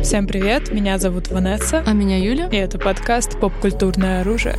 Всем привет, меня зовут Ванесса. А меня Юля. И это подкаст «Поп-культурное оружие».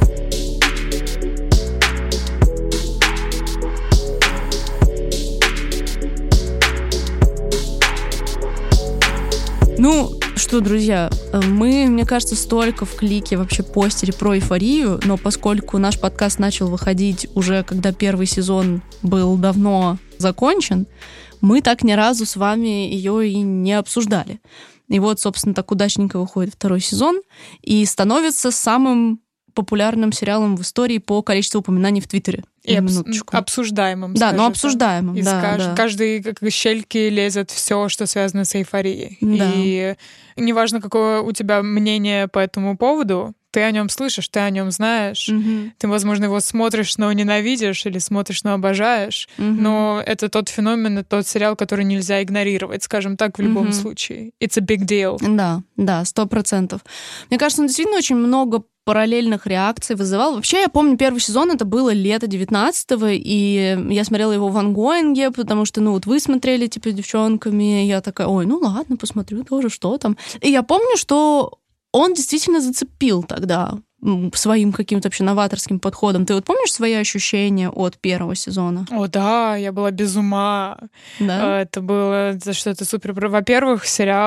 Ну, что, друзья, мы, мне кажется, столько в клике вообще постили про эйфорию, но поскольку наш подкаст начал выходить уже, когда первый сезон был давно закончен, мы так ни разу с вами ее и не обсуждали. И вот, собственно, так удачненько выходит второй сезон и становится самым популярным сериалом в истории по количеству упоминаний в Твиттере. И обсуждаемым. Да, но обсуждаемым. Из каждой щельки лезет все, что связано с эйфорией. Да. И неважно, какое у тебя мнение по этому поводу, ты о нем слышишь, ты о нем знаешь. Mm-hmm. Ты, возможно, его смотришь, но ненавидишь, или смотришь, но обожаешь. Mm-hmm. Но это тот феномен, это тот сериал, который нельзя игнорировать, скажем так, в любом случае. It's a big deal. Да, 100%. Мне кажется, он действительно очень много параллельных реакций вызывал. Вообще, я помню, первый сезон, это было лето 19-го, и я смотрела его в ангоинге, потому что, вот вы смотрели, с девчонками, и я такая, ладно, посмотрю тоже, что там. И я помню, что он действительно зацепил тогда своим каким-то вообще новаторским подходом. Ты помнишь свои ощущения от первого сезона? О, да, я была без ума. Да? Это было что-то супер. Во-первых,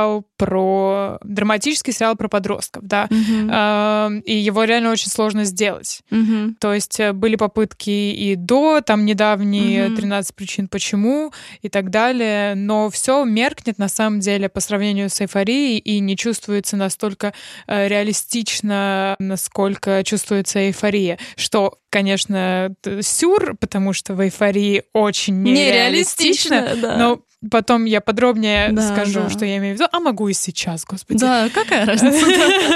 драматический сериал про подростков, да. И его реально очень сложно сделать. То есть были попытки и до, там недавние 13 причин почему и так далее, но все меркнет на самом деле по сравнению с эйфорией и не чувствуется настолько реалистично, насколько чувствуется эйфория, что, конечно, сюр, потому что в эйфории очень нереалистично, да. Но потом я подробнее скажу, что я имею в виду, а могу и сейчас, господи. Да, какая разница?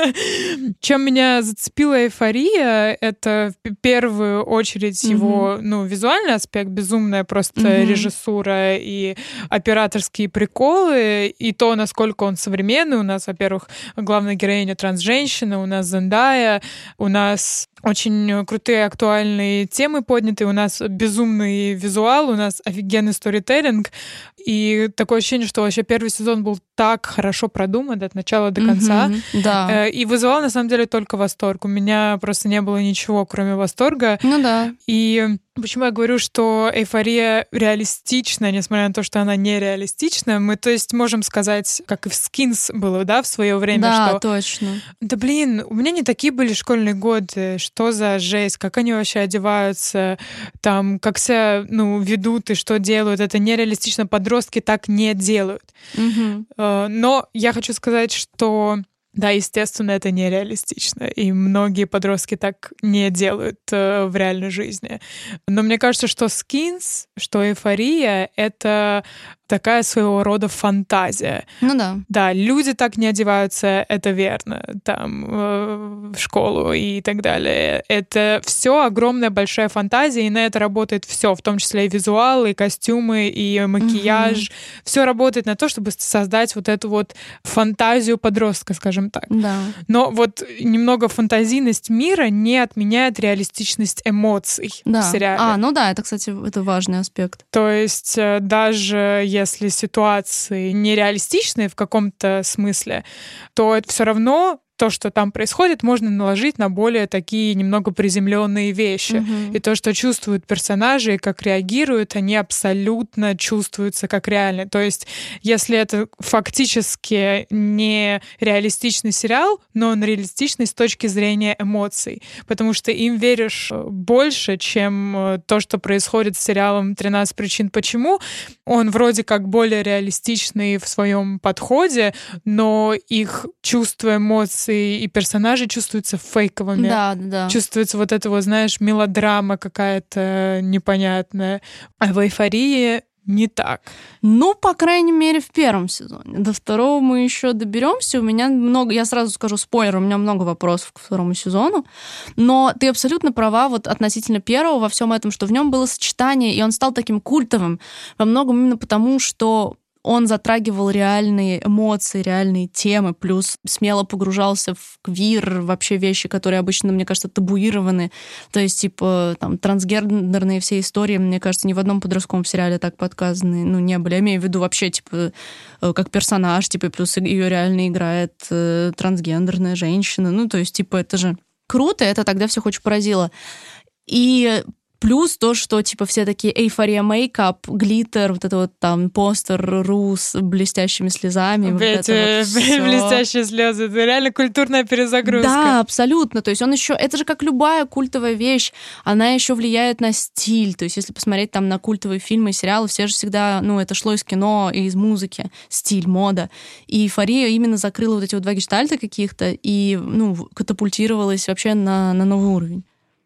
Чем меня зацепила эйфория, это в первую очередь его, визуальный аспект, безумная просто режиссура и операторские приколы, и то, насколько он современный. У нас, во-первых, главная героиня трансженщина, у нас Зендая, у нас очень крутые актуальные темы подняты, у нас безумный визуал, у нас офигенный сторителлинг, и такое ощущение, что вообще первый сезон был так хорошо продуман от начала до конца, да. И вызывал, на самом деле, только восторг. У меня просто не было ничего, кроме восторга. Ну да. И почему я говорю, что эйфория реалистична, несмотря на то, что она нереалистична, мы, то есть, можем сказать, как и в Skins было, да, в свое время, да, что... точно. Да, блин, у меня не такие были школьные годы, что за жесть, как они вообще одеваются, там, как себя, ведут и что делают, это нереалистично, подростки так не делают. Но я хочу сказать, что да, естественно, это нереалистично, и многие подростки так не делают в реальной жизни. Но мне кажется, что Skins, что эйфория — это такая своего рода фантазия. Ну да. Да, люди так не одеваются, это верно, там, в школу и так далее. Это все огромная большая фантазия, и на это работает все, в том числе и визуал, и костюмы, и макияж. Все работает на то, чтобы создать вот эту вот фантазию подростка, скажем так. Да. Но вот немного фантазийность мира не отменяет реалистичность эмоций в сериале. Это, кстати, это важный аспект. То есть даже если ситуации нереалистичные в каком-то смысле, то это все равно то, что там происходит, можно наложить на более такие немного приземленные вещи. И то, что чувствуют персонажи и как реагируют, они абсолютно чувствуются как реальные. То есть, если это фактически не реалистичный сериал, но он реалистичный с точки зрения эмоций, потому что им веришь больше, чем то, что происходит с сериалом «13 причин почему». Он вроде как более реалистичный в своем подходе, но их чувства, эмоции и персонажи чувствуются фейковыми. Да. Чувствуется вот эта вот, знаешь, мелодрама какая-то непонятная. А в эйфории не так. По крайней мере, в первом сезоне. До второго мы еще доберемся. У меня много, я сразу скажу спойлер, у меня много вопросов к второму сезону. Но ты абсолютно права вот относительно первого во всем этом, что в нем было сочетание, и он стал таким культовым во многом именно потому, что он затрагивал реальные эмоции, реальные темы, плюс смело погружался в квир, вообще вещи, которые обычно, мне кажется, табуированы. То есть, типа, там, трансгендерные все истории, мне кажется, ни в одном подростковом сериале так показаны, ну, не были. Я имею в виду вообще, типа, как персонаж, типа, плюс ее реально играет трансгендерная женщина. Ну, то есть, типа, это же круто, это тогда всех очень поразило. И плюс то, что, типа, все такие эйфория мейкап, глиттер, вот это вот там постер Ру с блестящими слезами. Эти вот блестящие слезы, это реально культурная перезагрузка. Да, абсолютно. То есть он еще, это же как любая культовая вещь, она еще влияет на стиль. То есть если посмотреть там на культовые фильмы и сериалы, все же всегда, ну, это шло из кино и из музыки, стиль, мода. И эйфория именно закрыла вот эти вот два гештальта каких-то и, ну, катапультировалась вообще на новый уровень.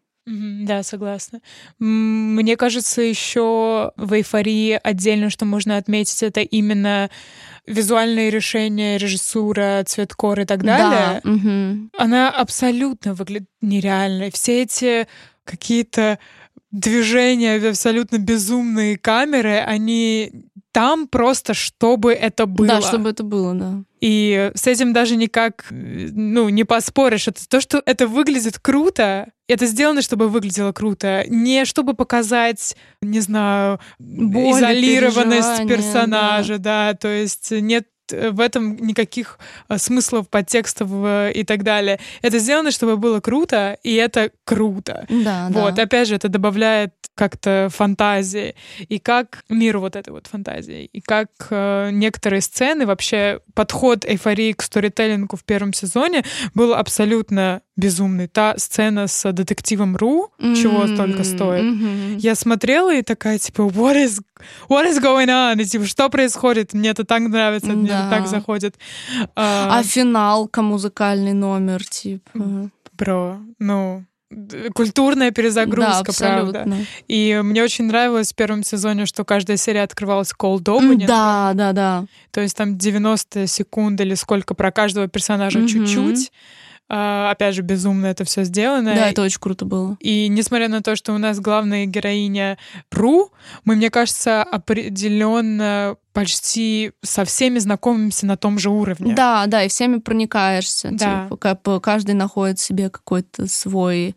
Да, согласна. Мне кажется, еще в «Эйфории» отдельно, что можно отметить, это именно визуальные решения, режиссура, цветкор и так далее. Да. Угу. Она абсолютно выглядит нереальной. Все эти какие-то движения, абсолютно безумные камеры, они там просто, чтобы это было. Да, чтобы это было, да. И с этим даже никак, ну, не поспоришь. Это то, что это выглядит круто, это сделано, чтобы выглядело круто. Не чтобы показать, не знаю, боль, изолированность персонажа, да. То есть нет в этом никаких смыслов, подтекстов и так далее. Это сделано, чтобы было круто, и это круто. Да, вот, да. Опять же, это добавляет как-то фантазии, и как миру вот этой вот фантазии, и как некоторые сцены, вообще подход «Эйфории» к сторителлингу в первом сезоне был абсолютно безумный. Та сцена с детективом Ру, чего только стоит. Я смотрела и такая, типа, what is going on? И, типа, что происходит? Мне это так нравится, мне это так заходит. А финалка, музыкальный номер, типа. Бро, ну... Культурная перезагрузка, да, правда. И мне очень нравилось в первом сезоне, что каждая серия открывалась cold opening. Да. То есть там 90 секунд или сколько про каждого персонажа чуть-чуть. Опять же, безумно это все сделано. Да, это очень круто было. И несмотря на то, что у нас главная героиня Ру, мы, мне кажется, определенно почти со всеми знакомимся на том же уровне. Да, и всеми проникаешься. Да. Типа, каждый находит себе какой-то свою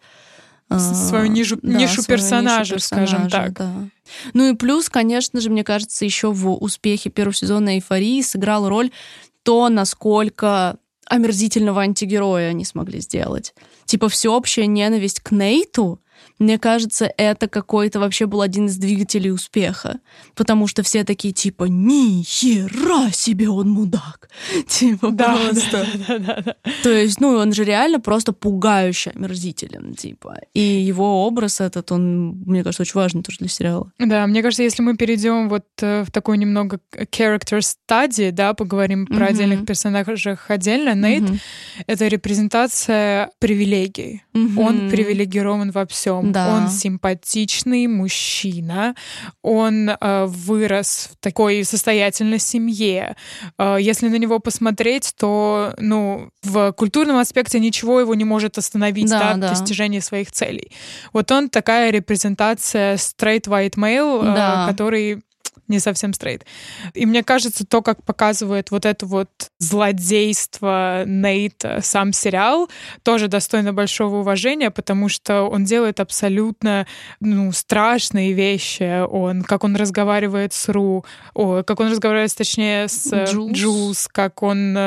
нишу персонажа, скажем так. Да. Ну и плюс, конечно же, мне кажется, еще в успехе первого сезона «Эйфории» сыграла роль то, насколько омерзительного антигероя они смогли сделать. Типа всеобщая ненависть к Нейту, мне кажется, это какой-то вообще был один из двигателей успеха. Потому что все такие, типа, ни хера себе он мудак. Типа, просто. Да. То есть, ну, он же реально просто пугающе омерзителен, типа. И его образ этот, он, мне кажется, очень важный тоже для сериала. Да, мне кажется, если мы перейдем вот в такую немного character study, да, поговорим про отдельных персонажах отдельно, Нейт — это репрезентация привилегий. Он привилегирован во всем. Да. Он симпатичный мужчина, он вырос в такой состоятельной семье. Если на него посмотреть, то, ну, в культурном аспекте ничего его не может остановить в достижении своих целей. Вот он такая репрезентация straight white male, который не совсем стрейт. И мне кажется, то, как показывает вот это вот злодейство Нейта сам сериал, тоже достойно большого уважения, потому что он делает абсолютно, ну, страшные вещи. Как он разговаривает с Ру, как он разговаривает, точнее, с Джулс, как он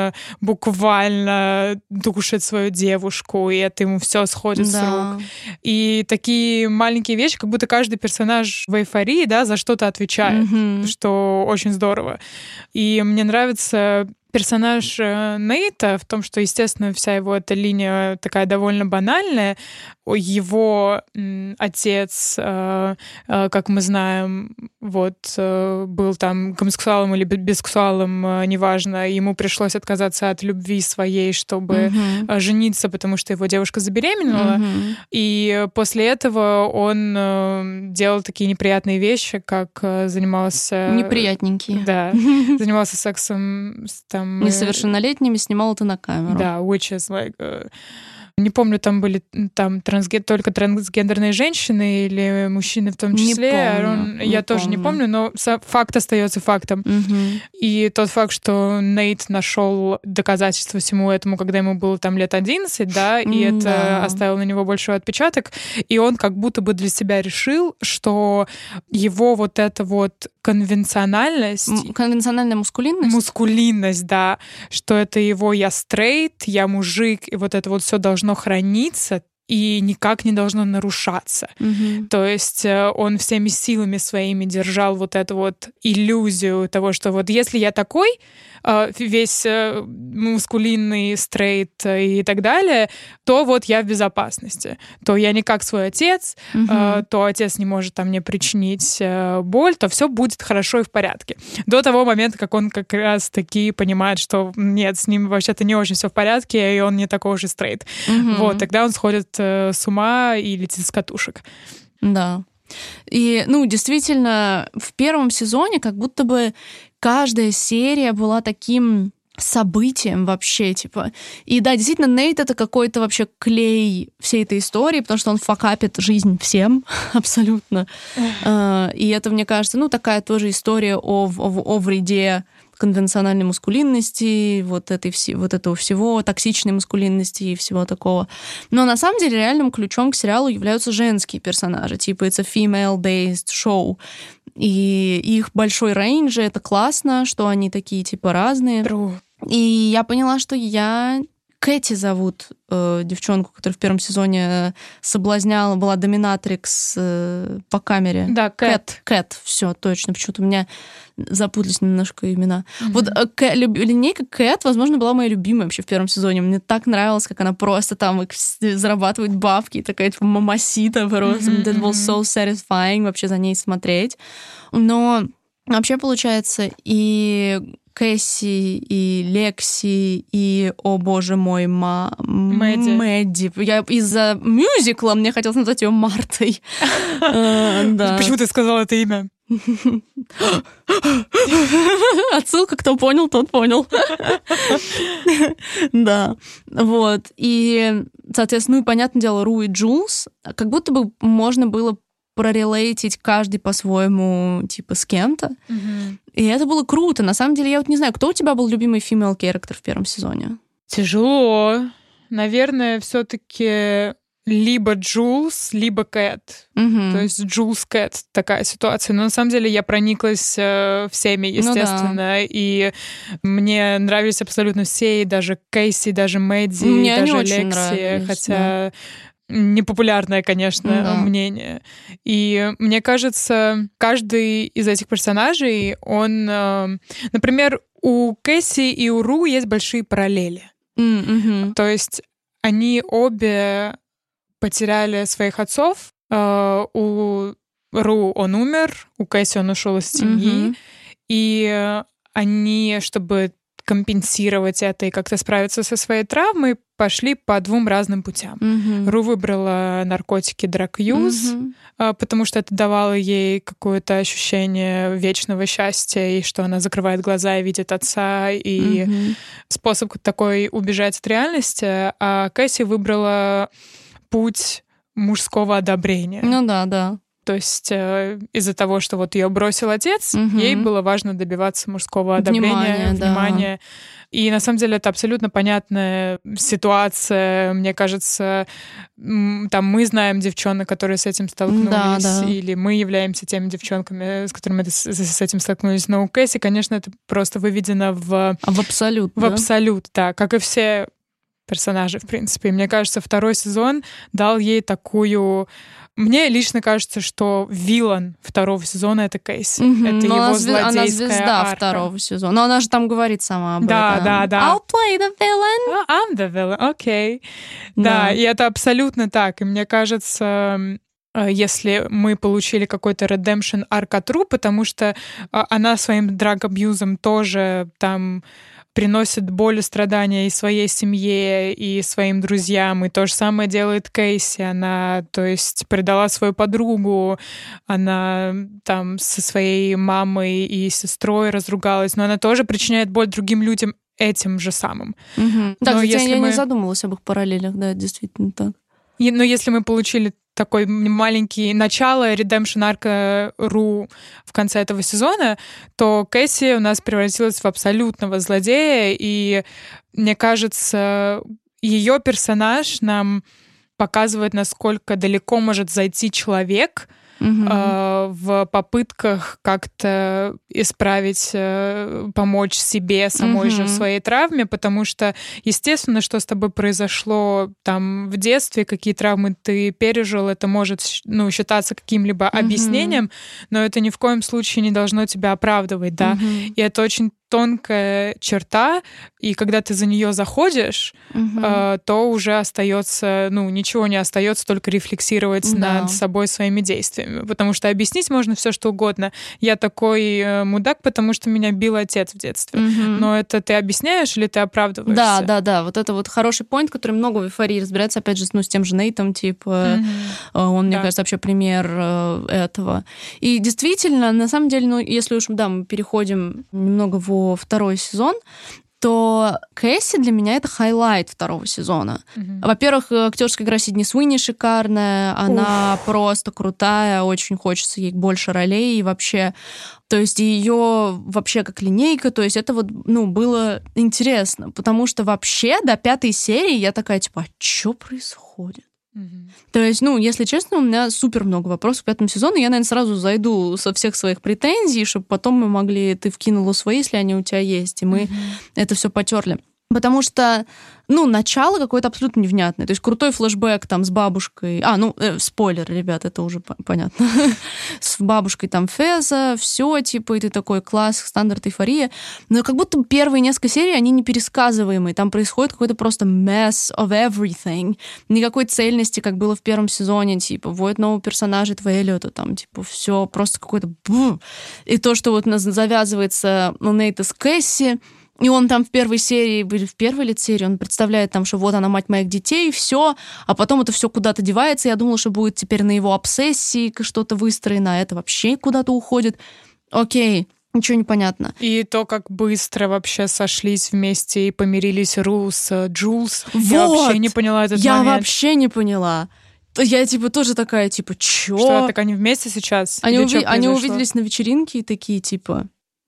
буквально душит свою девушку, и это ему все сходит с рук. И такие маленькие вещи, как будто каждый персонаж в «Эйфории», да, за что-то отвечает. Что очень здорово. И мне нравится персонаж Нейта в том, что, естественно, вся его эта линия такая довольно банальная. Его отец, как мы знаем, вот был там гомосексуалом или бисексуалом, неважно, ему пришлось отказаться от любви своей, чтобы жениться, потому что его девушка забеременела. И после этого он делал такие неприятные вещи, как занимался... Неприятненькие. Да. Занимался сексом с там... Несовершеннолетними, снимал это на камеру. Да, which is like... Не помню, там были только трансгендерные женщины или мужчины в том числе. Я тоже не помню, но факт остается фактом. И тот факт, что Нейт нашел доказательства всему этому, когда ему было там лет 11, да, и это оставило на него большой отпечаток, и он как будто бы для себя решил, что его вот эта вот конвенциональность... Конвенциональная мускулинность? Мускулинность, да. Что это его «я стрейт», «я мужик», и вот это вот все должно храниться и никак не должно нарушаться. То есть он всеми силами своими держал вот эту вот иллюзию того, что вот если я такой, весь мускулинный, стрейт и так далее, то вот я в безопасности. То я не как свой отец, то отец не может там мне причинить боль, то все будет хорошо и в порядке. До того момента, как он как раз-таки понимает, что нет, с ним вообще-то не очень все в порядке, и он не такой же стрейт. Вот, тогда он сходит с ума и летит с катушек. Да. И, действительно, в первом сезоне как будто бы каждая серия была таким событием вообще, типа. И да, действительно, Нейт — это какой-то вообще клей всей этой истории, потому что он факапит жизнь всем абсолютно. И это, мне кажется, такая тоже история о вреде конвенциональной мускулинности, вот этого всего, токсичной мускулинности и всего такого. Но на самом деле реальным ключом к сериалу являются женские персонажи, типа it's a female-based show. И их большой рейндж, это классно, что они такие типа разные. True. И я поняла, что Кэти зовут девчонку, которая в первом сезоне соблазняла, была доминатрикс по камере. Да, Кэт. Кэт, все, точно. Почему-то у меня запутались немножко имена. Вот линейка Кэт, возможно, была моя любимая вообще в первом сезоне. Мне так нравилось, как она просто там зарабатывает бабки, и такая типа мамасита просто. That was so satisfying вообще за ней смотреть. Но вообще, получается, и Кэсси, и Лекси, и, о боже мой, Мэдди. Я из-за мюзикла мне хотелось назвать ее Мартой. Почему ты сказала это имя? Отсылка, кто понял, тот понял. Да, вот. И, соответственно, понятное дело, Ру и Джулс, как будто бы можно было прорелейтить каждый по-своему, типа, с кем-то. И это было круто. На самом деле, я вот не знаю, кто у тебя был любимый female character в первом сезоне? Тяжело. Наверное, все-таки либо Джулс, либо Кэт. То есть Джулс, Кэт, такая ситуация. Но на самом деле я прониклась всеми, естественно. И мне нравились абсолютно все, и даже Кейси, даже Мэдди, мне даже Лекси нравились, хотя... непопулярное, конечно, мнение. И мне кажется, каждый из этих персонажей, он... Например, у Кэсси и у Ру есть большие параллели. То есть они обе потеряли своих отцов. У Ру он умер, у Кэсси он ушел из семьи. И они, чтобы компенсировать это и как-то справиться со своей травмой, пошли по двум разным путям. Ру выбрала наркотики драг-юз, потому что это давало ей какое-то ощущение вечного счастья, и что она закрывает глаза и видит отца, и способ такой убежать от реальности. А Кэсси выбрала путь мужского одобрения. Ну да. То есть из-за того, что вот ее бросил отец, ей было важно добиваться мужского одобрения, внимания. И на самом деле это абсолютно понятная ситуация. Мне кажется, там мы знаем девчонок, которые с этим столкнулись, или мы являемся теми девчонками, с которыми с этим столкнулись. Но у Кэсси, конечно, это просто выведено в абсолют. В абсолют, да, как и все персонажи, в принципе. И мне кажется, второй сезон дал ей такую... Мне лично кажется, что вилан второго сезона — это Кейси. Это его злодейская она звезда арка. второго сезона. Но она же там говорит сама об этом. Да. I'll play the villain. I'm the villain, окей. Да, и это абсолютно так. И мне кажется, если мы получили какой-то redemption арк от Ру, потому что она своим драг-абьюзом тоже там приносит боль и страдания и своей семье, и своим друзьям, и то же самое делает Кейси. Она, то есть, предала свою подругу, она там со своей мамой и сестрой разругалась, но она тоже причиняет боль другим людям. этим же самым. Да, кстати, я не задумывалась об их параллелях, да, действительно так. Но если мы получили такой маленький начало Redemption арка Ру в конце этого сезона, то Кэсси у нас превратилась в абсолютного злодея, и мне кажется, ее персонаж нам показывает, насколько далеко может зайти человек в попытках как-то исправить, помочь себе самой же в своей травме, потому что, естественно, что с тобой произошло там в детстве, какие травмы ты пережил, это может, считаться каким-либо объяснением, но это ни в коем случае не должно тебя оправдывать, да. И это очень тонкая черта, и когда ты за нее заходишь, то уже остается, ничего не остается, только рефлексировать над собой своими действиями. Потому что объяснить можно все, что угодно. Я такой мудак, потому что меня бил отец в детстве. Но это ты объясняешь или ты оправдываешься? Да. Вот это вот хороший поинт, который много в эйфории разбирается, опять же, с тем же Нейтом, типа, он, мне кажется, вообще пример этого. И действительно, на самом деле, если уж, мы переходим немного во второй сезон, то Кэсси для меня это хайлайт второго сезона. Во-первых, актерская игра Сидни Суини шикарная, она просто крутая, очень хочется ей больше ролей, и вообще, то есть ее вообще как линейка, то есть это вот, было интересно, потому что вообще до 5-й серии я такая, типа, а что происходит? То есть, если честно, у меня супер много вопросов к 5-му сезону. Я, наверное, сразу зайду со всех своих претензий, чтобы потом мы могли... Ты вкинула свои, если они у тебя есть, и мы это все потерли. Потому что, начало какое-то абсолютно невнятное. То есть крутой флешбэк там с бабушкой... спойлер, ребят, это уже понятно. С бабушкой там Феза, все, типа, и ты такой, класс, стандарт, эйфория. Но как будто первые несколько серий, они не пересказываемые. Там происходит какой-то просто mess of everything. Никакой цельности, как было в первом сезоне, типа, вводят нового персонажа, этого Эллиота, там, типа, все просто какой-то... И то, что вот завязывается у Нейта с Кэсси, и он там в первой серии, в первой ли серии, он представляет там, что вот она мать моих детей, все, а потом это все куда-то девается. Я думала, что будет теперь на его обсессии что-то выстроено, а это вообще куда-то уходит. Окей, ничего не понятно. И то, как быстро вообще сошлись вместе и помирились Ру с Джулс. Вот! Я вообще не поняла этот момент. Я вообще не поняла. Я, типа, тоже такая, типа, чё? Что, так они вместе сейчас? Они увиделись на вечеринке и такие, типа...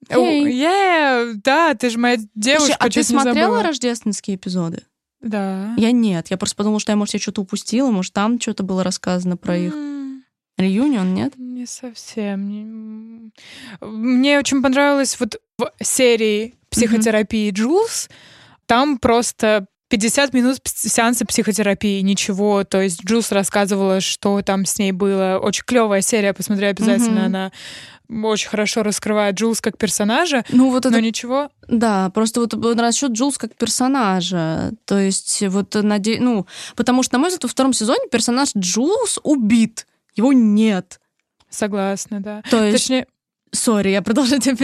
Да, ты же моя девушка. Слушай, а ты смотрела рождественские эпизоды? Да. Я нет. Я просто подумала, что я, может, я что-то упустила, может, там что-то было рассказано про их. Реюнион, нет? Не совсем. Мне очень понравилось вот в серии психотерапии Джулс, там просто 50 минут сеанса психотерапии, ничего. То есть Джулс рассказывала, что там с ней было. Очень клевая серия, посмотри обязательно. Она очень хорошо раскрывает Джулс как персонажа, но ничего. Да, просто вот насчет Джулс как персонажа. То есть вот, потому что, на мой взгляд, во втором сезоне персонаж Джулс убит. Его нет. Согласна, да. То есть... Точнее... Сори, я продолжаю тебя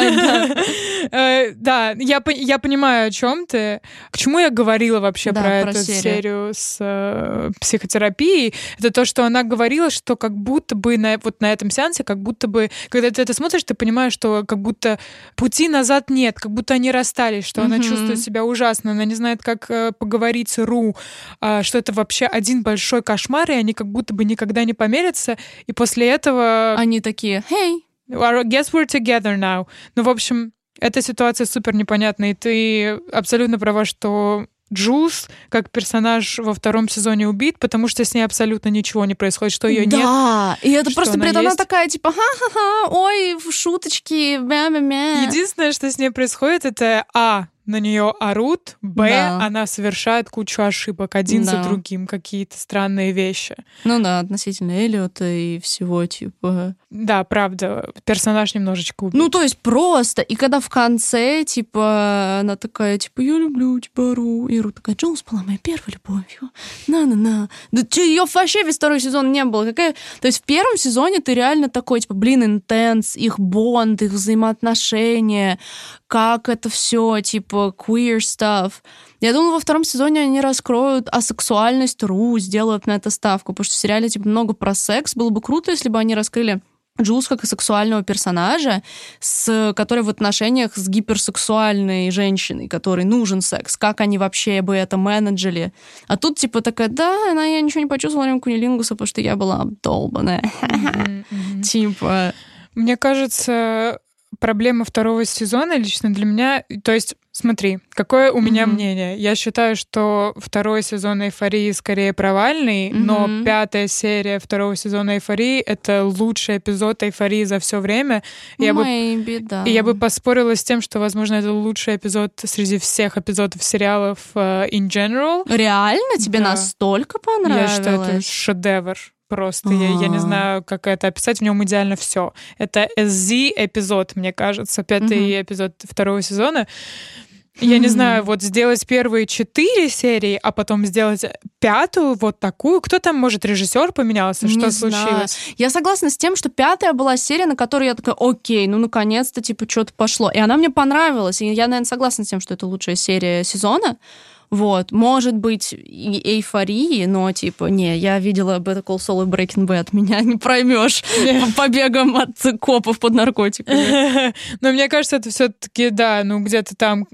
перебивать. Да, я понимаю, о чем ты. К чему я говорила вообще про эту серию с психотерапией? Это то, что она говорила, что как будто бы на этом сеансе, как будто бы, когда ты это смотришь, ты понимаешь, что как будто пути назад нет, как будто они расстались, что она чувствует себя ужасно, она не знает, как поговорить с Ру, что это вообще один большой кошмар, и они как будто бы никогда не помирятся, и после этого... Они такие, «Hey!» I guess we're together now. В общем, эта ситуация супер непонятная, и ты абсолютно права, что Джулс как персонаж во втором сезоне убит, потому что с ней абсолютно ничего не происходит, что ее нет. Да, и это просто при этом она такая, типа, ха-ха-ха, ой, шуточки, мя-мя-мя. Единственное, что с ней происходит, это на нее орут, она совершает кучу ошибок, один за другим, какие-то странные вещи. Относительно Эллиота и всего, типа... Да, правда, персонаж немножечко убит. То есть просто, и когда в конце, типа, она такая, типа, я люблю тебя, Ру, и Ру такая, Джулс была моей первой любовью, на-на-на. Да ее вообще весь второй сезон не было. То есть в первом сезоне ты реально такой, типа, интенс, их бонд, их взаимоотношения, как это все, типа, queer stuff. Я думала, во втором сезоне они раскроют асексуальность Ру, сделают на это ставку, потому что в сериале, типа, много про секс. Было бы круто, если бы они раскрыли Джулс как и сексуального персонажа, который в отношениях с гиперсексуальной женщиной, которой нужен секс. Как они вообще бы это менеджили? А тут типа такая, я ничего не почувствовала во время кунилингуса, потому что я была обдолбанная. Типа... Мне кажется, проблема второго сезона лично для меня... То есть, смотри, какое у меня мнение. Я считаю, что второй сезон «Эйфории» скорее провальный, но 5-я серия второго сезона «Эйфории» — это лучший эпизод «Эйфории» за все время. И я бы поспорила с тем, что, возможно, это лучший эпизод среди всех эпизодов сериалов in general. Реально? Тебе настолько понравилось? Я считаю, это шедевр. Просто я не знаю, как это описать. В нем идеально все. Это SZ-эпизод, мне кажется, 5-й эпизод второго сезона. Я не знаю, вот сделать первые 4 серии, а потом сделать 5-ю, вот такую. Кто там, может, режиссер поменялся? Что случилось? Я согласна с тем, что 5-я была серия, на которой я такая, окей, ну, наконец-то, типа, что-то пошло. И она мне понравилась. И я, наверное, согласна с тем, что это лучшая серия сезона. Вот, может быть, и «Эйфории», но, типа, я видела Better Call Saul и Breaking Bad, меня не проймешь побегом от копов под наркотиками. Но мне кажется, это все-таки, где-то там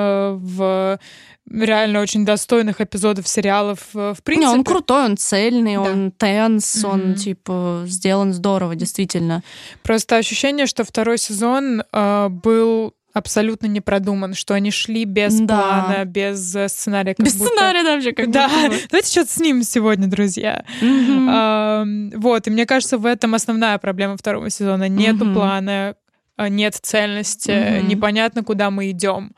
в реально очень достойных эпизодов сериалов, в принципе. Он крутой, он цельный, он тенс, он, типа, сделан здорово, действительно. Просто ощущение, что второй сезон был абсолютно не продуман, что они шли без плана, без сценария. Без сценария, вообще, как будто. Давайте что-то снимем сегодня, друзья. Вот, и мне кажется, в этом основная проблема второго сезона. Нету плана, нет цельности, непонятно, куда мы идем.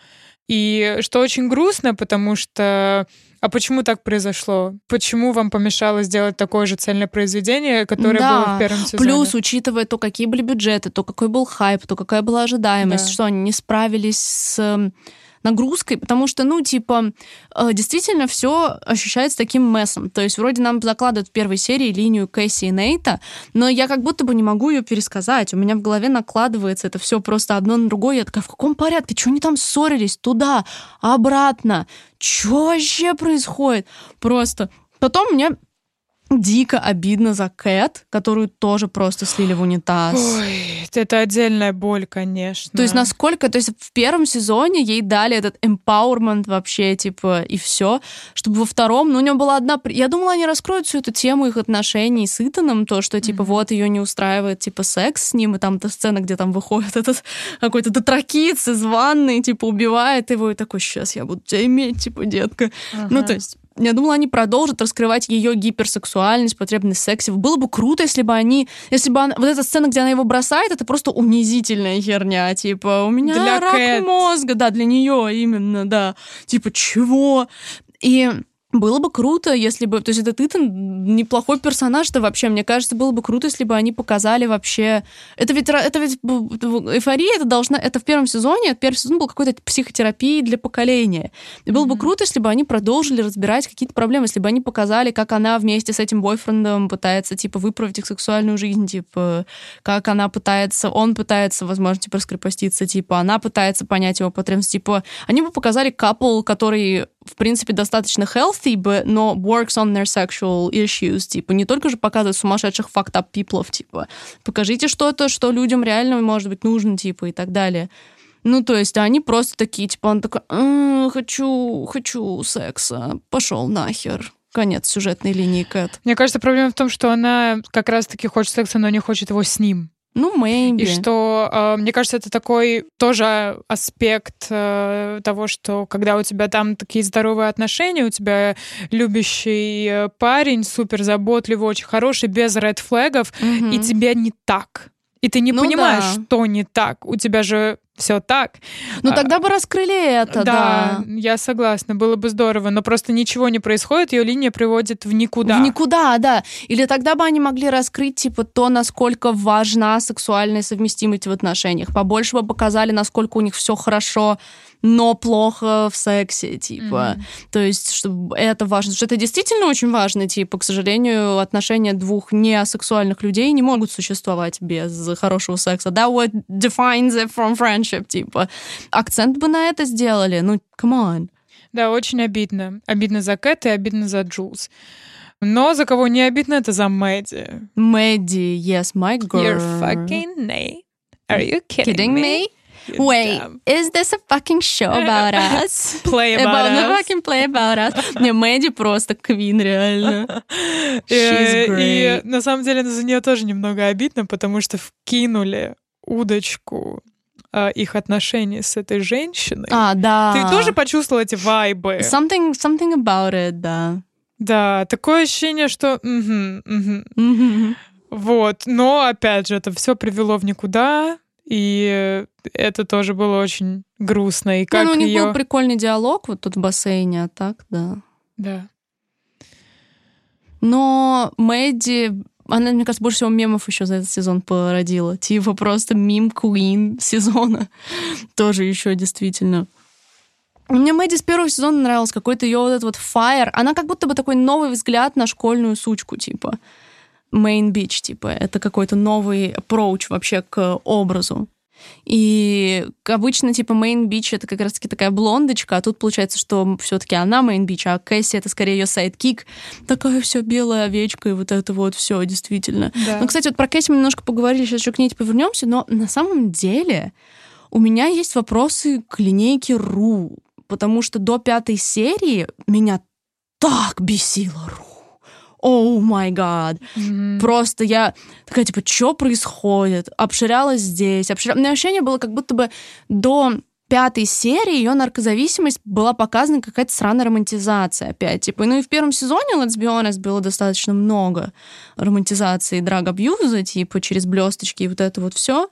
И что очень грустно, потому что... А почему так произошло? Почему вам помешало сделать такое же цельное произведение, которое было в первом сезоне? Плюс, учитывая то, какие были бюджеты, то, какой был хайп, то, какая была ожидаемость, что они не справились с нагрузкой, потому что, действительно все ощущается таким мессом. То есть вроде нам закладывают в первой серии линию Кэсси и Нейта, но я как будто бы не могу ее пересказать. У меня в голове накладывается это все просто одно на другое. Я такая, в каком порядке? Чего они там ссорились? Туда, обратно. Что вообще происходит? Просто. Потом мне дико обидно за Кэт, которую тоже просто слили в унитаз. Ой, это отдельная боль, конечно. То есть в первом сезоне ей дали этот empowerment вообще, типа, и все, чтобы во втором, у нее была одна... Я думала, они раскроют всю эту тему их отношений с Итаном, то, что, типа, вот ее не устраивает, типа, секс с ним, и там та сцена, где там выходит этот какой-то дотракиц из ванны, типа, убивает его, и такой, сейчас я буду тебя иметь, типа, детка. То есть я думала, они продолжат раскрывать ее гиперсексуальность, потребность в сексе. Было бы круто, если бы она... Вот эта сцена, где она его бросает, это просто унизительная херня. Типа, у меня для рак Кэт. мозга. Да, для нее именно, да. Типа, чего? И... Было бы круто, если бы... То есть этот Итан неплохой персонаж-то вообще. Мне кажется, было бы круто, если бы они показали вообще... Это ведь «Эйфория», это в первом сезоне, первый сезон был какой-то психотерапией для поколения. И было бы круто, если бы они продолжили разбирать какие-то проблемы, если бы они показали, как она вместе с этим бойфрендом пытается, типа, выправить их сексуальную жизнь, типа, как он пытается, возможно, типа, раскрепоститься, типа, она пытается понять его потребности, типа, они бы показали капл, который, в принципе, достаточно healthy, но works on their sexual issues, типа, не только же показывать сумасшедших fucked up people, типа, покажите что-то, что людям реально, может быть, нужно, типа, и так далее. То есть они просто такие, типа, он такой, хочу секса, пошел нахер. Конец сюжетной линии Кэт. Мне кажется, проблема в том, что она как раз-таки хочет секса, но не хочет его с ним. Maybe. И что, мне кажется, это такой тоже аспект того, что когда у тебя там такие здоровые отношения, у тебя любящий парень, супер заботливый, очень хороший, без ред-флэгов, и тебе не так. И ты не понимаешь, что не так. У тебя же все так. Тогда бы раскрыли это, да. Я согласна, было бы здорово, но просто ничего не происходит, ее линия приводит в никуда. В никуда, да. Или тогда бы они могли раскрыть, типа, то, насколько важна сексуальная совместимость в отношениях. Побольше бы показали, насколько у них все хорошо, но плохо в сексе, типа. То есть, чтобы это важно. Потому что это действительно очень важно, типа, к сожалению, отношения двух неасексуальных людей не могут существовать без хорошего секса. That what defines it from friendship, типа. Акцент бы на это сделали. Come on. Да, очень обидно. Обидно за Кэт и обидно за Джулс. Но за кого не обидно, это за Мэдди. Мэдди, yes, my girl. You're fucking Nate. Are you kidding me? Wait, is this a fucking show about us? Play about us. The fucking play about us. Не, Мэдди просто квин, реально. She's great. И на самом деле за нее тоже немного обидно, потому что вкинули удочку их отношений с этой женщиной. Да. Ты тоже почувствовала эти вайбы? Something about it, да. Да, такое ощущение, что... Вот, но, опять же, это все привело в никуда, и это тоже было очень грустно. И как у них был прикольный диалог вот тут в бассейне, а так, да. Да. Но Мэдди... Она, мне кажется, больше всего мемов еще за этот сезон породила. Типа просто мим-куин сезона. Тоже еще действительно. Мне Мэдди с первого сезона нравилась, какой-то ее вот этот вот fire. Она как будто бы такой новый взгляд на школьную сучку, типа. Main bitch, типа. Это какой-то новый approach вообще к образу. И обычно, типа, main bitch — это как раз-таки такая блондочка, а тут получается, что все-таки она main bitch, а Кэсси — это скорее ее сайдкик. Такая вся белая овечка, и вот это вот все действительно. Да. Ну, кстати, вот про Кэсси мы немножко поговорили, сейчас еще к ней повернемся, но на самом деле у меня есть вопросы к линейке Ру, потому что до 5-й серии меня так бесила Ру. Оу май гад. Просто я такая, типа, что происходит? Обширялась здесь. У меня ощущение было, как будто бы до 5-й серии ее наркозависимость была показана какая-то сраная романтизация опять. Типа, ну и в первом сезоне, let's be honest, было достаточно много романтизации и драг-абьюза, типа, через блесточки и вот это вот все.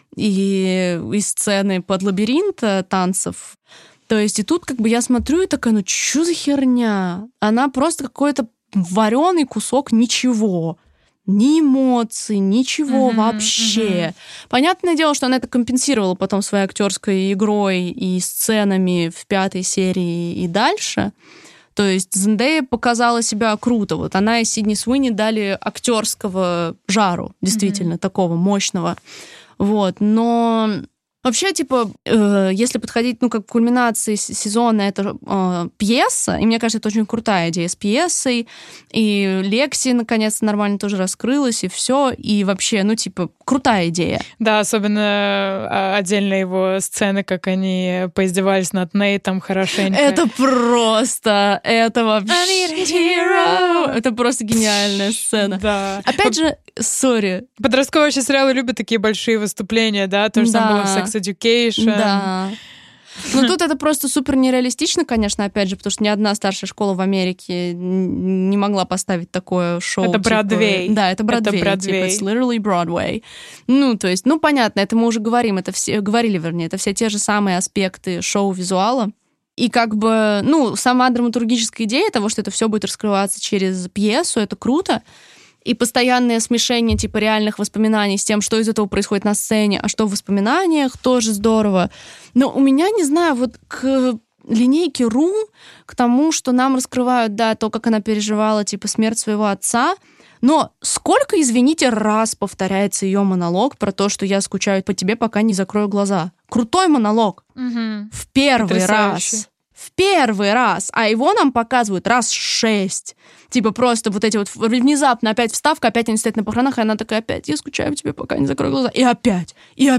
И сцены под лабиринт танцев. То есть и тут как бы я смотрю и такая, ну что за херня? Она просто какой-то вареный кусок ничего. Ни эмоций, ничего вообще. Понятное дело, что она это компенсировала потом своей актерской игрой и сценами в 5-й серии и дальше. То есть Зендея показала себя круто. Вот она и Сидни Суини дали актерского жару, действительно, такого мощного. Вот. Но вообще, типа, если подходить, ну, как к кульминации сезона, это пьеса, и мне кажется, это очень крутая идея с пьесой, и Лекси, наконец-то, нормально тоже раскрылась, и все, и вообще, ну, типа, крутая идея. Да, особенно отдельно его сцены, как они поиздевались над Нейтом хорошенько. Это просто, это вообще... Это просто гениальная сцена. Да. Опять же, сори. Подростковые вообще сериалы любят такие большие выступления, да? То же самое было в Sex Education. Да. Ну, тут это просто супер нереалистично, конечно, опять же, потому что ни одна старшая школа в Америке не могла поставить такое шоу. Это Бродвей. Типа, да, это Бродвей. Типа, it's literally Broadway. Ну, то есть, ну, понятно, это мы уже говорим, это все, говорили, вернее, это все те же самые аспекты шоу-визуала. И как бы, ну, сама драматургическая идея того, что это все будет раскрываться через пьесу, это круто. И постоянное смешение типа реальных воспоминаний с тем, что из этого происходит на сцене, а что в воспоминаниях, тоже здорово. Но у меня, не знаю, вот к линейке Ру, к тому, что нам раскрывают, да, то, как она переживала типа смерть своего отца, но сколько, извините, раз повторяется ее монолог про то, что я скучаю по тебе, пока не закрою глаза. Крутой монолог. В первый раз. В первый раз. А его нам показывают раз 6. Типа просто вот эти вот внезапно опять вставка, опять они стоят на похоронах, и она такая опять, я скучаю по тебе, пока не закрою глаза. И опять.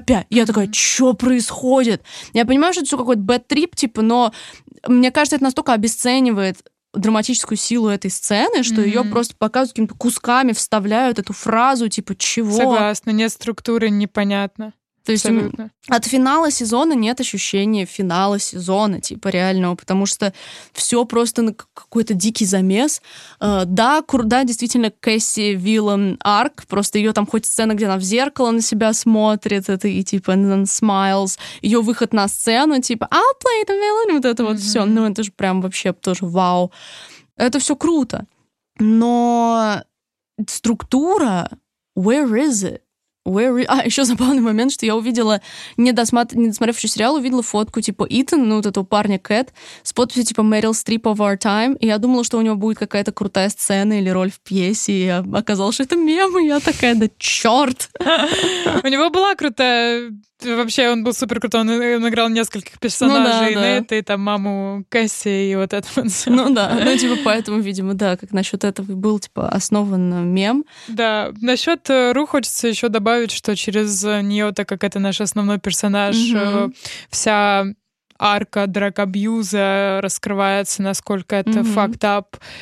Я такая, что происходит? Я понимаю, что это все какой-то бэд-трип, типа, но мне кажется, это настолько обесценивает драматическую силу этой сцены, что ее просто показывают какими-то кусками, вставляют эту фразу, типа, чего? Согласна, нет структуры, непонятно. То есть от финала сезона нет ощущения финала сезона, типа, реального, потому что все просто на какой-то дикий замес. Да, действительно, Кэсси Виллан арк, просто ее там хоть сцена, где она в зеркало на себя смотрит, это и типа smiles, ее выход на сцену, типа I'll play the villain, вот это вот все, ну это же прям вообще тоже вау. Это все круто. Но структура, where is it? еще забавный момент, что я увидела, не досмотрев еще сериал, увидела фотку, типа, Итан, вот этого парня Кэт, с подписью, типа, Meryl Streep of our time, и я думала, что у него будет какая-то крутая сцена или роль в пьесе, и оказалось, что это мем, и я такая, да чёрт! У него была крутая... Вообще, он был супер крутой, он играл нескольких персонажей, Нейта, и там маму Кэсси, и вот это вот всё. Ну да, типа, поэтому, видимо, да, как насчет этого был, типа, основан мем. Да, насчет Ру хочется еще добавить, что через нее, так как это наш основной персонаж, вся арка драг-абьюза раскрывается, насколько это fucked up,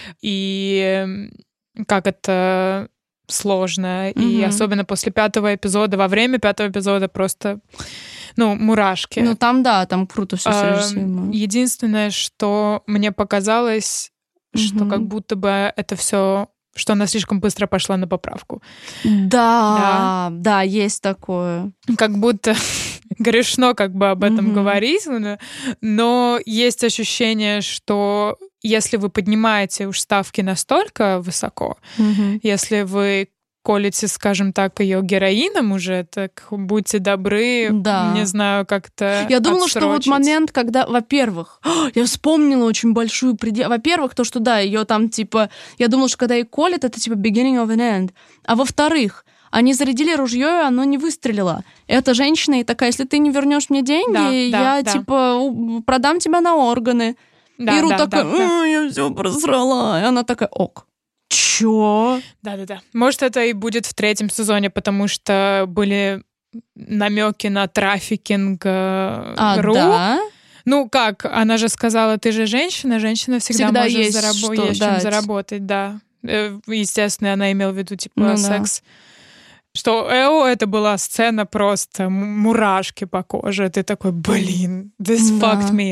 и как это... сложно, и особенно после 5-го эпизода, во время 5-го эпизода просто, мурашки. Ну, там круто все срежиссировано. Единственное, что мне показалось, что как будто бы это все, что она слишком быстро пошла на поправку. Да, есть такое. Как будто грешно как бы об этом говорить, но есть ощущение, что если вы поднимаете уж ставки настолько высоко, если вы колите, скажем так, ее героином уже, так будьте добры, не знаю, как-то Я думала, отсрочить. что вот момент, когда, во-первых, я вспомнила очень большую во-первых, то, что да, ее там типа, я думала, что когда ее колят, это типа beginning of an end. А во-вторых, они зарядили ружье, и оно не выстрелило. Эта женщина и такая, если ты не вернешь мне деньги, я типа продам тебя на органы. И Ру такая, я все просрала. И она такая, ок. Чё? Да-да-да. Может, это и будет в 3-м сезоне, потому что были намеки на трафикинг Ру. Да? Ну как, она же сказала, ты же женщина всегда может есть чем заработать, да. Естественно, она имела в виду, типа, секс. Что это была сцена просто мурашки по коже. Ты такой, this fucked me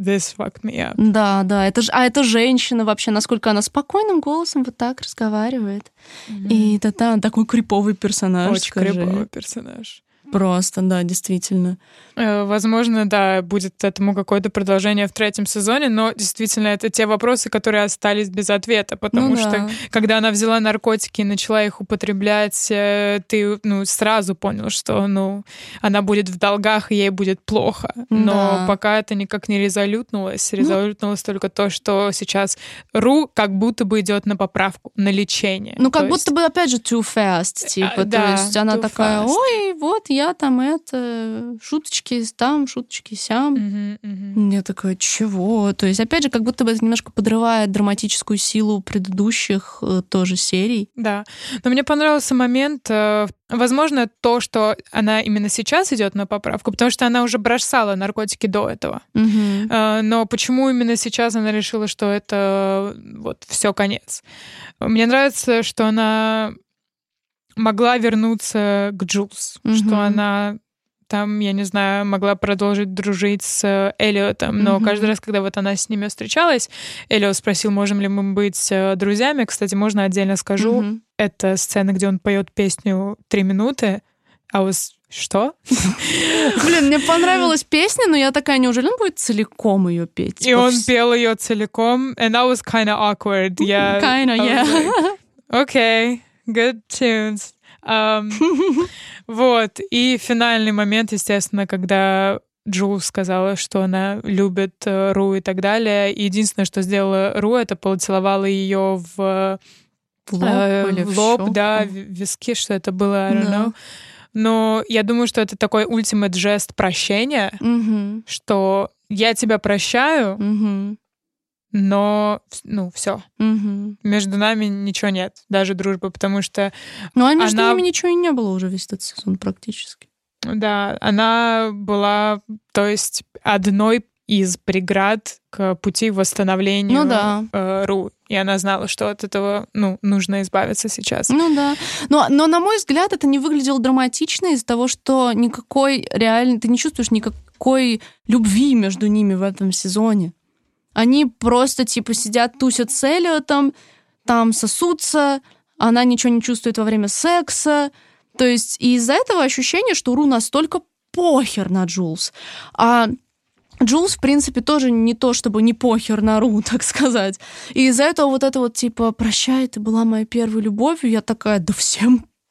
up. Да. Это женщина вообще, насколько она спокойным голосом вот так разговаривает. И это такой криповый персонаж. Очень криповый персонаж. Просто, да, действительно. Возможно, да, будет этому какое-то продолжение в 3-м сезоне, но действительно это те вопросы, которые остались без ответа, потому что когда она взяла наркотики и начала их употреблять, ты сразу понял, что она будет в долгах и ей будет плохо. Но пока это никак не резолютнулось. Резолютнулось только то, что сейчас Ру как будто бы идет на поправку, на лечение. Как будто бы, опять же, too fast, типа. То есть она такая, ой, вот я там шуточки там, шуточки сям. Я такая, чего? То есть, опять же, как будто бы это немножко подрывает драматическую силу предыдущих тоже серий. Да. Но мне понравился момент, возможно, то, что она именно сейчас идет на поправку, потому что она уже бросала наркотики до этого. Но почему именно сейчас она решила, что это вот все конец? Мне нравится, что она могла вернуться к Джулс, что она там, я не знаю, могла продолжить дружить с Эллиотом, но каждый раз, когда вот она с ними встречалась, Эллиот спросил, можем ли мы быть друзьями. Кстати, можно отдельно скажу, это сцена, где он поет песню 3 минуты, что? Блин, мне понравилась песня, но я такая, неужели он будет целиком ее петь? И он пел ее целиком, and that was kind of awkward. Yeah. Okay. Good tunes. Вот. И финальный момент, естественно, когда Джулс сказала, что она любит Ру и так далее. И единственное, что сделала Ру, это поцеловала ее в лоб, да, в виски, что это было, I don't know. Но я думаю, что это такой ultimate жест прощения, что я тебя прощаю, но, все. Между нами ничего нет, даже дружбы, потому что... между ними ничего и не было уже весь этот сезон практически. Да, она была, то есть, одной из преград к пути восстановлению Ру. И она знала, что от этого, нужно избавиться сейчас. Но, на мой взгляд, это не выглядело драматично из-за того, что ты не чувствуешь никакой любви между ними в этом сезоне. Они просто, сидят, тусят с Эллиотом, там сосутся, она ничего не чувствует во время секса. То есть из-за этого ощущение, что Ру настолько похер на Джулс. А Джулс, в принципе, тоже не то, чтобы не похер на Ру, так сказать. И из-за этого прощай, ты была моей первой любовью, я такая, да всем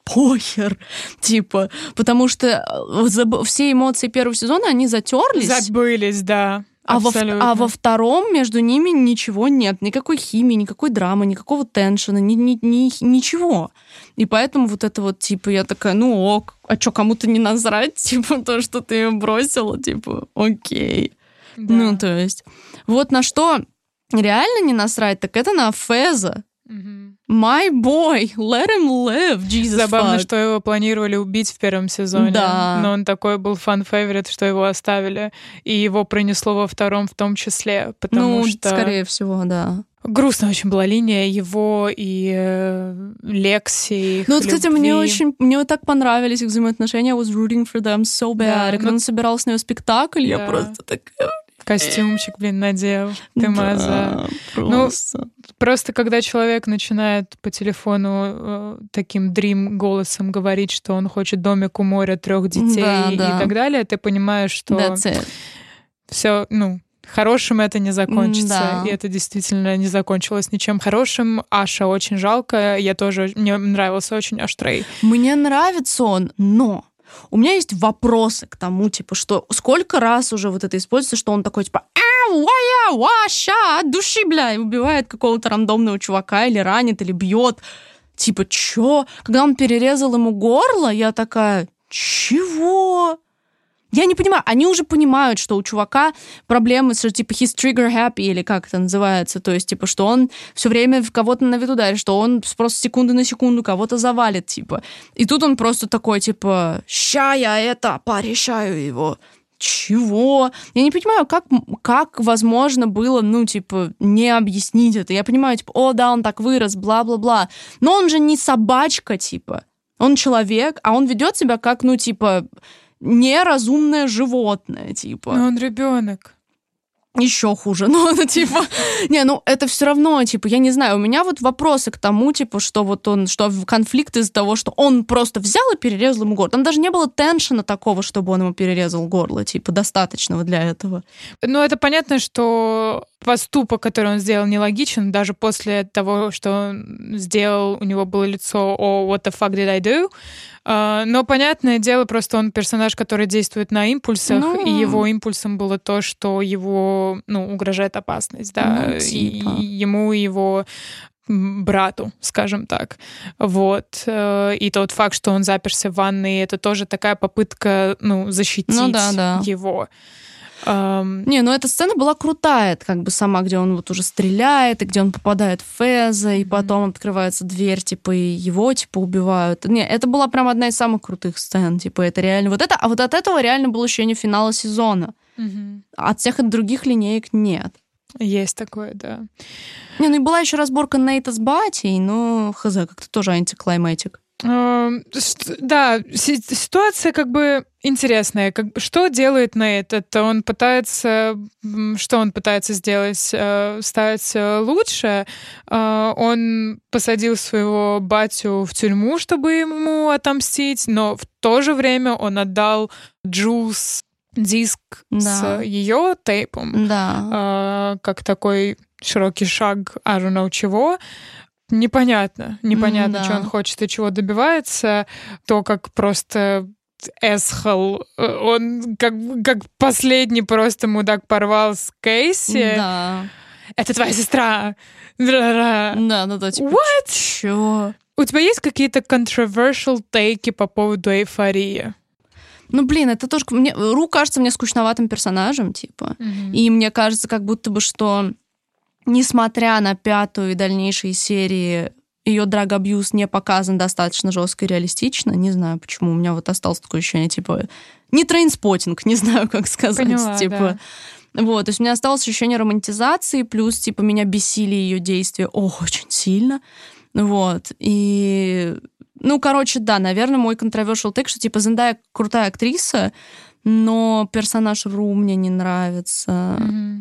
похер, типа, потому что все эмоции первого сезона, они затерлись. Забылись, да. А во втором между ними ничего нет. Никакой химии, никакой драмы, никакого теншена, ничего. И поэтому вот это вот, типа, я такая, ну ок, а что, кому-то не насрать? Типа, то, что ты ее бросила, типа, окей. Да. Ну, то есть, вот на что реально не насрать, так это на Феза. My boy, let him live, Jesus Забавно, fuck. что его планировали убить в первом сезоне, да. Но он такой был фан-фейворит, что его оставили, и его принесло во втором в том числе, потому что... скорее всего, да. Грустная очень была линия его и Лекси, их Ну, вот, кстати, любви. мне так понравились их взаимоотношения, I was rooting for them so bad. Да, и когда он собирал с нее спектакль, я просто такая... Костюмчик, надел, ты маза. Просто. Ну, просто когда человек начинает по телефону таким дрим-голосом говорить, что он хочет домик у моря, 3 детей и так далее, ты понимаешь, что все, хорошим это не закончится. Да. И это действительно не закончилось ничем хорошим. Аша очень жалко. Мне нравился очень Аштрей. Мне нравится он, но... У меня есть вопросы к тому, типа, что сколько раз уже вот это используется, что он такой, типа, ща, от души, бля, и убивает какого-то рандомного чувака, или ранит, или бьет. Типа, чё? Когда он перерезал ему горло, я такая, чего? Я не понимаю, они уже понимают, что у чувака проблемы, что типа he's trigger happy, или как это называется, то есть типа, что он все время в кого-то на виду ударит, что он просто секунду на секунду кого-то завалит, типа. И тут он просто такой, типа, ща я порешаю его. Чего? Я не понимаю, как возможно было, не объяснить это. Я понимаю, типа, он так вырос, бла-бла-бла. Но он же не собачка, типа. Он человек, а он ведет себя как, неразумное животное, типа. Но он ребенок. Еще хуже. Это все равно, я не знаю, у меня вот вопросы к тому, что что конфликт из-за того, что он просто взял и перерезал ему горло. Там даже не было теншена такого, чтобы он ему перерезал горло, достаточного для этого. Ну, это понятно, что поступок, который он сделал, нелогичен. Даже после того, что он сделал, у него было лицо what the fuck did I do? Но, понятное дело, просто он персонаж, который действует на импульсах, и его импульсом было то, что его, угрожает опасность, да, и ему, и его брату, скажем так. Вот. И тот факт, что он заперся в ванной, это тоже такая попытка, защитить его. Эта сцена была крутая, сама, где он вот уже стреляет, и где он попадает в Феза, и потом открывается дверь, и его, убивают. Это была прям одна из самых крутых сцен, это реально вот это, а вот от этого реально было ощущение финала сезона. От всех других линеек нет. Есть такое, да. И была еще разборка Нейта с Батей, но как-то тоже антиклайматик. Да, ситуация интересная. Что делает Нейт? Это он пытается... Что он пытается сделать? Стать лучше? Он посадил своего батю в тюрьму, чтобы ему отомстить, но в то же время он отдал Джулс диск с ее тейпом. Да. Как такой широкий шаг, I don't know чего. Непонятно, что он хочет и чего добивается. То, как просто эсхал, он как последний просто мудак порвал с Кейси. Да. Это твоя сестра. Да, What? Чё? У тебя есть какие-то controversial тейки по поводу эйфории? Это тоже... Ру кажется мне скучноватым персонажем, И мне кажется, как будто бы, что... Несмотря на 5-ю и дальнейшие серии, ее драг-абьюз не показан достаточно жестко и реалистично. Не знаю, почему. У меня вот осталось такое ощущение, не трейнспоттинг, не знаю, как сказать. Поняла, да. Вот, то есть у меня осталось ощущение романтизации, плюс, меня бесили ее действия очень сильно. Вот, и... наверное, мой controversial take, что, Зендая крутая актриса, но персонаж Ру мне не нравится.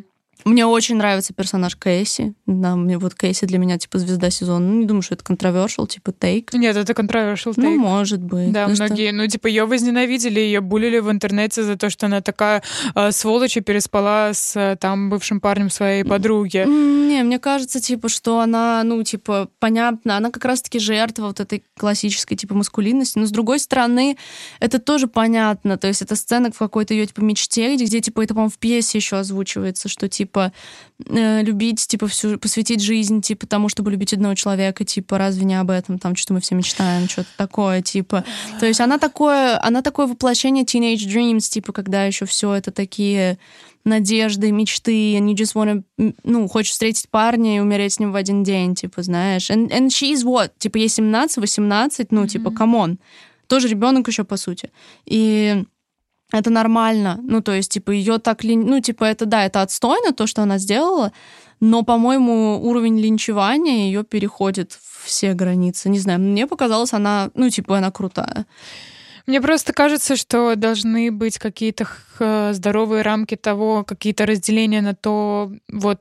Мне очень нравится персонаж Кэсси. Да, мне вот Кэсси для меня, типа, звезда сезона. Ну, не думаю, что это controversial, типа, тейк. Нет, это controversial take. Ну, может быть. Да, многие, ну, типа, ее возненавидели, ее булили в интернете за то, что она такая сволочь и переспала с там бывшим парнем своей подруги. Не, мне кажется, типа, что она, ну, типа, понятно, она как раз-таки жертва вот этой классической, типа, маскулинности, но, с другой стороны, это тоже понятно, то есть это сцена в какой-то ее, типа, мечте, где, типа, это, по-моему, в пьесе еще озвучивается, что, типа, любить, типа, посвятить жизнь, типа, тому, чтобы любить одного человека, типа, разве не об этом, там, что мы все мечтаем, что-то такое, типа. То есть она такое воплощение teenage dreams, типа, когда еще все это такие надежды, мечты, and you just wanna, ну, хочешь встретить парня и умереть с ним в один день, типа, знаешь. And she's what? Типа, ей 17-18, ну, типа, камон. Тоже ребенок еще, по сути. И это нормально. Ну, то есть, типа, ее так... Ну, типа, это, да, это отстойно, то, что она сделала, но, по-моему, уровень линчевания ее переходит все границы. Не знаю, мне показалось, она, ну, типа, она крутая. Мне просто кажется, что должны быть какие-то здоровые рамки того, какие-то разделения на то, вот...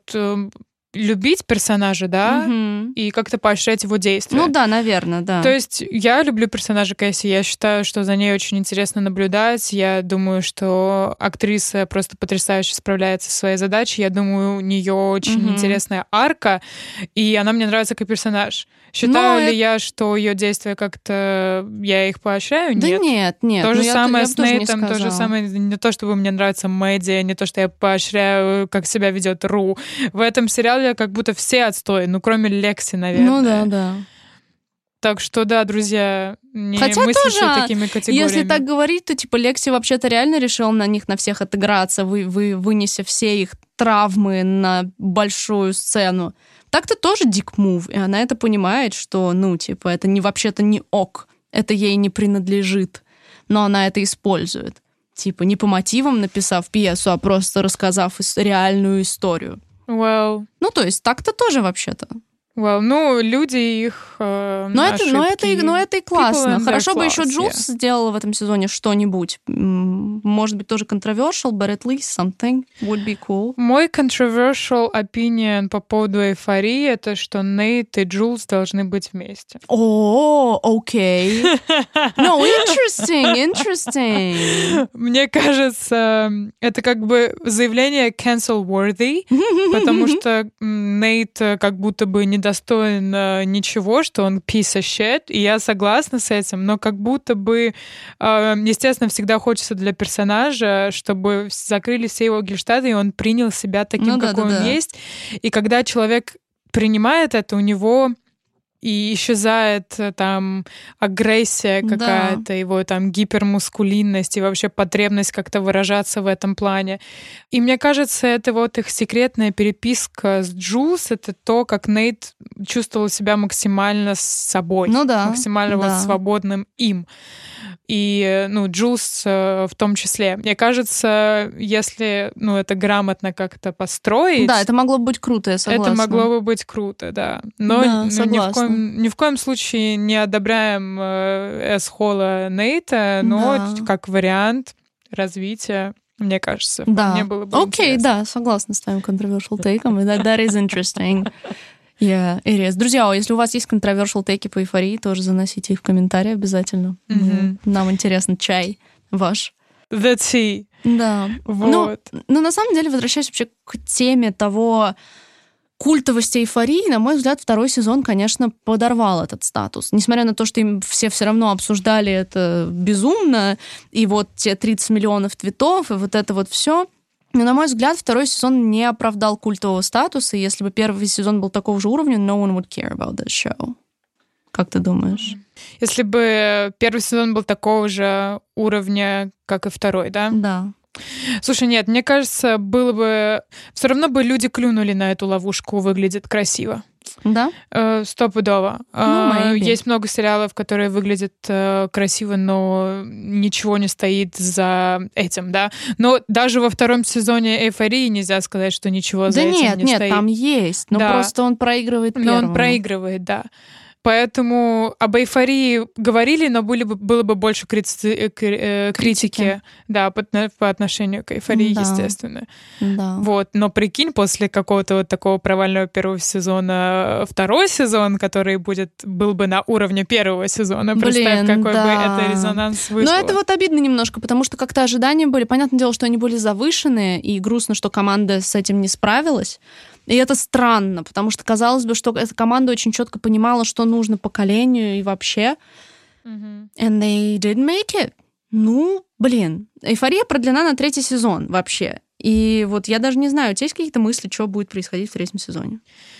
любить персонажа, да, и как-то поощрять его действия. Ну да, наверное, да. То есть я люблю персонажа Кэсси, я считаю, что за ней очень интересно наблюдать, я думаю, что актриса просто потрясающе справляется со своей задачей, я думаю, у нее очень интересная арка, и она мне нравится как персонаж. Считаю ли я, что ее действия как-то... я их поощряю? Да нет. То же самое с Нейтом, то же самое... Не то, чтобы мне нравится Мэдди, не то, что я поощряю, как себя ведет Ру. В этом сериале как будто все отстой, ну, кроме Лекси, наверное. Ну да. Так что, да, друзья, не хотя мыслите тоже, такими категориями. Если так говорить, то, типа, Лекси вообще-то реально решил на них, на всех отыграться, вынеся все их травмы на большую сцену. Так-то тоже дик мув, и она это понимает, что, ну, типа, это не вообще-то не ок, это ей не принадлежит, но она это использует. Типа, не по мотивам написав пьесу, а просто рассказав реальную историю. Well. Ну, то есть так-то тоже вообще-то. Well, ну, люди их но это и классно. Хорошо бы еще Джулс сделала в этом сезоне что-нибудь. Может быть, тоже controversial, but at least something would be cool. Мой controversial opinion по поводу эйфории — это что Нейт и Джулс должны быть вместе. О, окей. No, interesting. Мне кажется, это как бы заявление cancel-worthy, потому что Нейт как будто бы недостоин ничего, что он piece of shit, и я согласна с этим, но как будто бы, естественно, всегда хочется для персонажа, чтобы закрыли все его гельштаты, и он принял себя таким, какой он есть. И когда человек принимает это, у него и исчезает там агрессия какая-то, его там гипермускулинность и вообще потребность как-то выражаться в этом плане. И мне кажется, это вот их секретная переписка с Джулс, это то, как Нейт чувствовал себя максимально с собой, максимально вот свободным им. И, ну, Джулс в том числе. Мне кажется, если, ну, это грамотно как-то построить... Да, это могло бы быть круто, я согласна. Это могло бы быть круто, да. Но ни в коем случае не одобряем эс-холла Нейта, но как вариант развития, мне кажется, мне было бы интересно. Окей, да, согласна с твоим controversial take-ом. That is interesting. Yeah, it is. Друзья, если у вас есть controversial take по эйфории, тоже заносите их в комментарии обязательно. Нам интересно чай ваш. The tea. Да. Вот. Но на самом деле, возвращаясь вообще к теме того культовости эйфории, на мой взгляд, второй сезон, конечно, подорвал этот статус. Несмотря на то, что им все равно обсуждали это безумно, и вот те 30 миллионов твитов, и вот это вот все. Но, на мой взгляд, второй сезон не оправдал культового статуса, и если бы первый сезон был такого же уровня, no one would care about that show. Как ты думаешь? Если бы первый сезон был такого же уровня, как и второй, да? Да. Слушай, нет, мне кажется, было бы... Все равно бы люди клюнули на эту ловушку, выглядит красиво. Да? Стопудово. Есть много сериалов, которые выглядят красиво, но ничего не стоит за этим, да. Но даже во втором сезоне «Эйфории» нельзя сказать, что ничего за этим не стоит. Да нет, там есть, но просто он проигрывает первому. Но он проигрывает, да. Поэтому об эйфории говорили, но было бы больше критики, да, по отношению к эйфории, естественно. Да. Вот. Но прикинь, после какого-то вот такого провального первого сезона второй сезон, который был бы на уровне первого сезона. Представь, какой бы это резонанс вызвал. Но это вот обидно немножко, потому что как-то ожидания были. Понятное дело, что они были завышенные, и грустно, что команда с этим не справилась. И это странно, потому что казалось бы, что эта команда очень четко понимала, что нужно поколению и вообще. And they didn't make it. Эйфория продлена на 3-й сезон вообще. И вот я даже не знаю, у тебя есть какие-то мысли, что будет происходить в 3-м сезоне?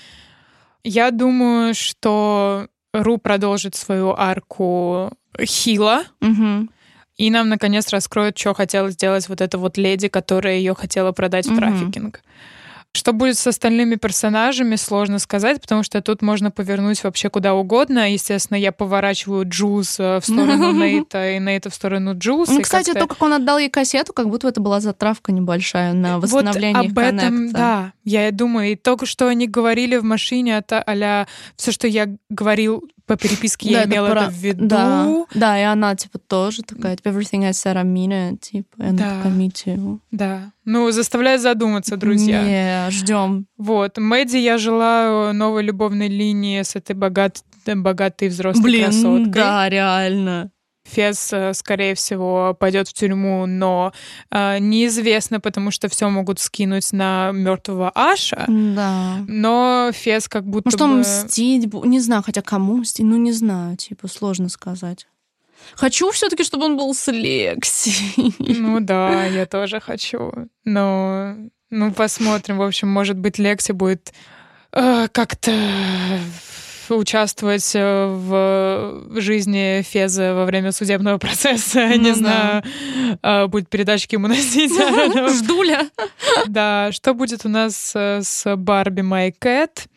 Я думаю, что Ру продолжит свою арку хила. И нам, наконец, раскроют, что хотела сделать вот эта вот леди, которая ее хотела продать в трафикинг. Что будет с остальными персонажами, сложно сказать, потому что тут можно повернуть вообще куда угодно. Естественно, я поворачиваю Джуз в сторону Нейта и Нейта в сторону Джуз. Кстати, то, как он отдал ей кассету, как будто это была затравка небольшая на восстановление их коннекта. Вот об этом, да, я и думаю. И то, что они говорили в машине, это а-ля все, что я говорил по переписке, я имела это в виду. Да, и она, типа, тоже такая, типа, everything I said, I mean it, типа, и она такая, me too. Да. Заставляет задуматься, друзья. Ждем. Вот. Мэдди я желаю новой любовной линии с этой богатой взрослой красоткой. Да, реально. Фес, скорее всего, пойдет в тюрьму, но неизвестно, потому что все могут скинуть на мертвого Аша. Да. Но Фес как будто что мстить? Не знаю, хотя кому мстить? Не знаю, типа, сложно сказать. Хочу все-таки, чтобы он был с Лекси. Да, я тоже хочу. Но, посмотрим. В общем, может быть, Лекси будет как-то участвовать в жизни Феза во время судебного процесса. Не знаю, будет передачки ему носить. Ждуля. Да, что будет у нас с Барби My Cat?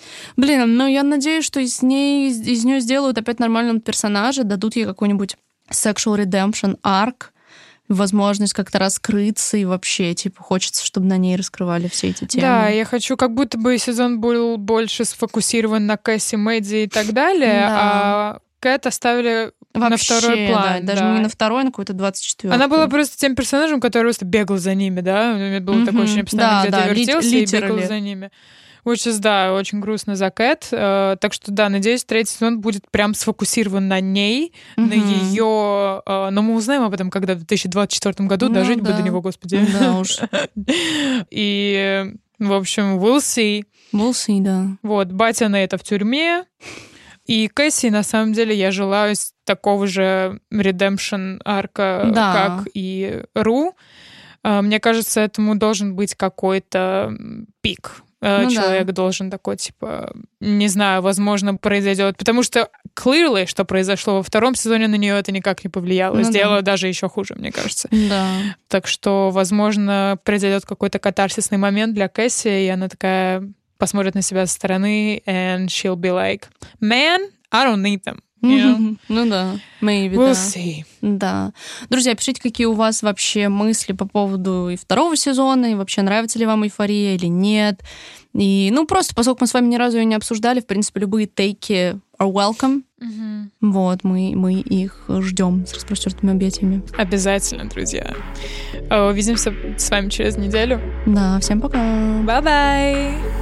Я надеюсь, что из нее сделают опять нормального персонажа, дадут ей какой-нибудь sexual redemption arc, возможность как-то раскрыться, и вообще, типа, хочется, чтобы на ней раскрывали все эти темы. Да, я хочу, как будто бы сезон был больше сфокусирован на Кэсси, Мэдди и так далее, а Кэт оставили вообще, на второй план. Да, даже не на второй, на какой-то 24-й. Она была просто тем персонажем, который просто бегал за ними, да? У меня было такое ощущение, постоянно где-то вертелся и бегал за ними. Очень грустно за Кэт. Так что, да, надеюсь, 3-й сезон будет прям сфокусирован на ней, на ее... Но мы узнаем об этом, когда в 2024 году дожить бы до него, господи. Да уж. И, в общем, we'll see. We'll see, да. Вот, батя Нейта в тюрьме. И Кэсси, на самом деле, я желаю такого же redemption арка, как и Ру. Мне кажется, этому должен быть какой-то пик. Человек должен такой, типа, не знаю, возможно, произойдет. Потому что clearly, что произошло во 2-м сезоне, на нее это никак не повлияло. Сделало даже еще хуже, мне кажется. Да. Так что, возможно, произойдет какой-то катарсисный момент для Кэсси, и она такая посмотрит на себя со стороны, and she'll be like, man, I don't need them. You know? Да, maybe, we'll see. Да. Друзья, пишите, какие у вас вообще мысли по поводу и 2-го сезона, и вообще нравится ли вам эйфория или нет. И, просто поскольку мы с вами ни разу ее не обсуждали, в принципе, любые тейки are welcome. Вот, мы их ждем с распростертыми объятиями. Обязательно, друзья. Увидимся с вами через неделю. Да, всем пока. Bye-bye.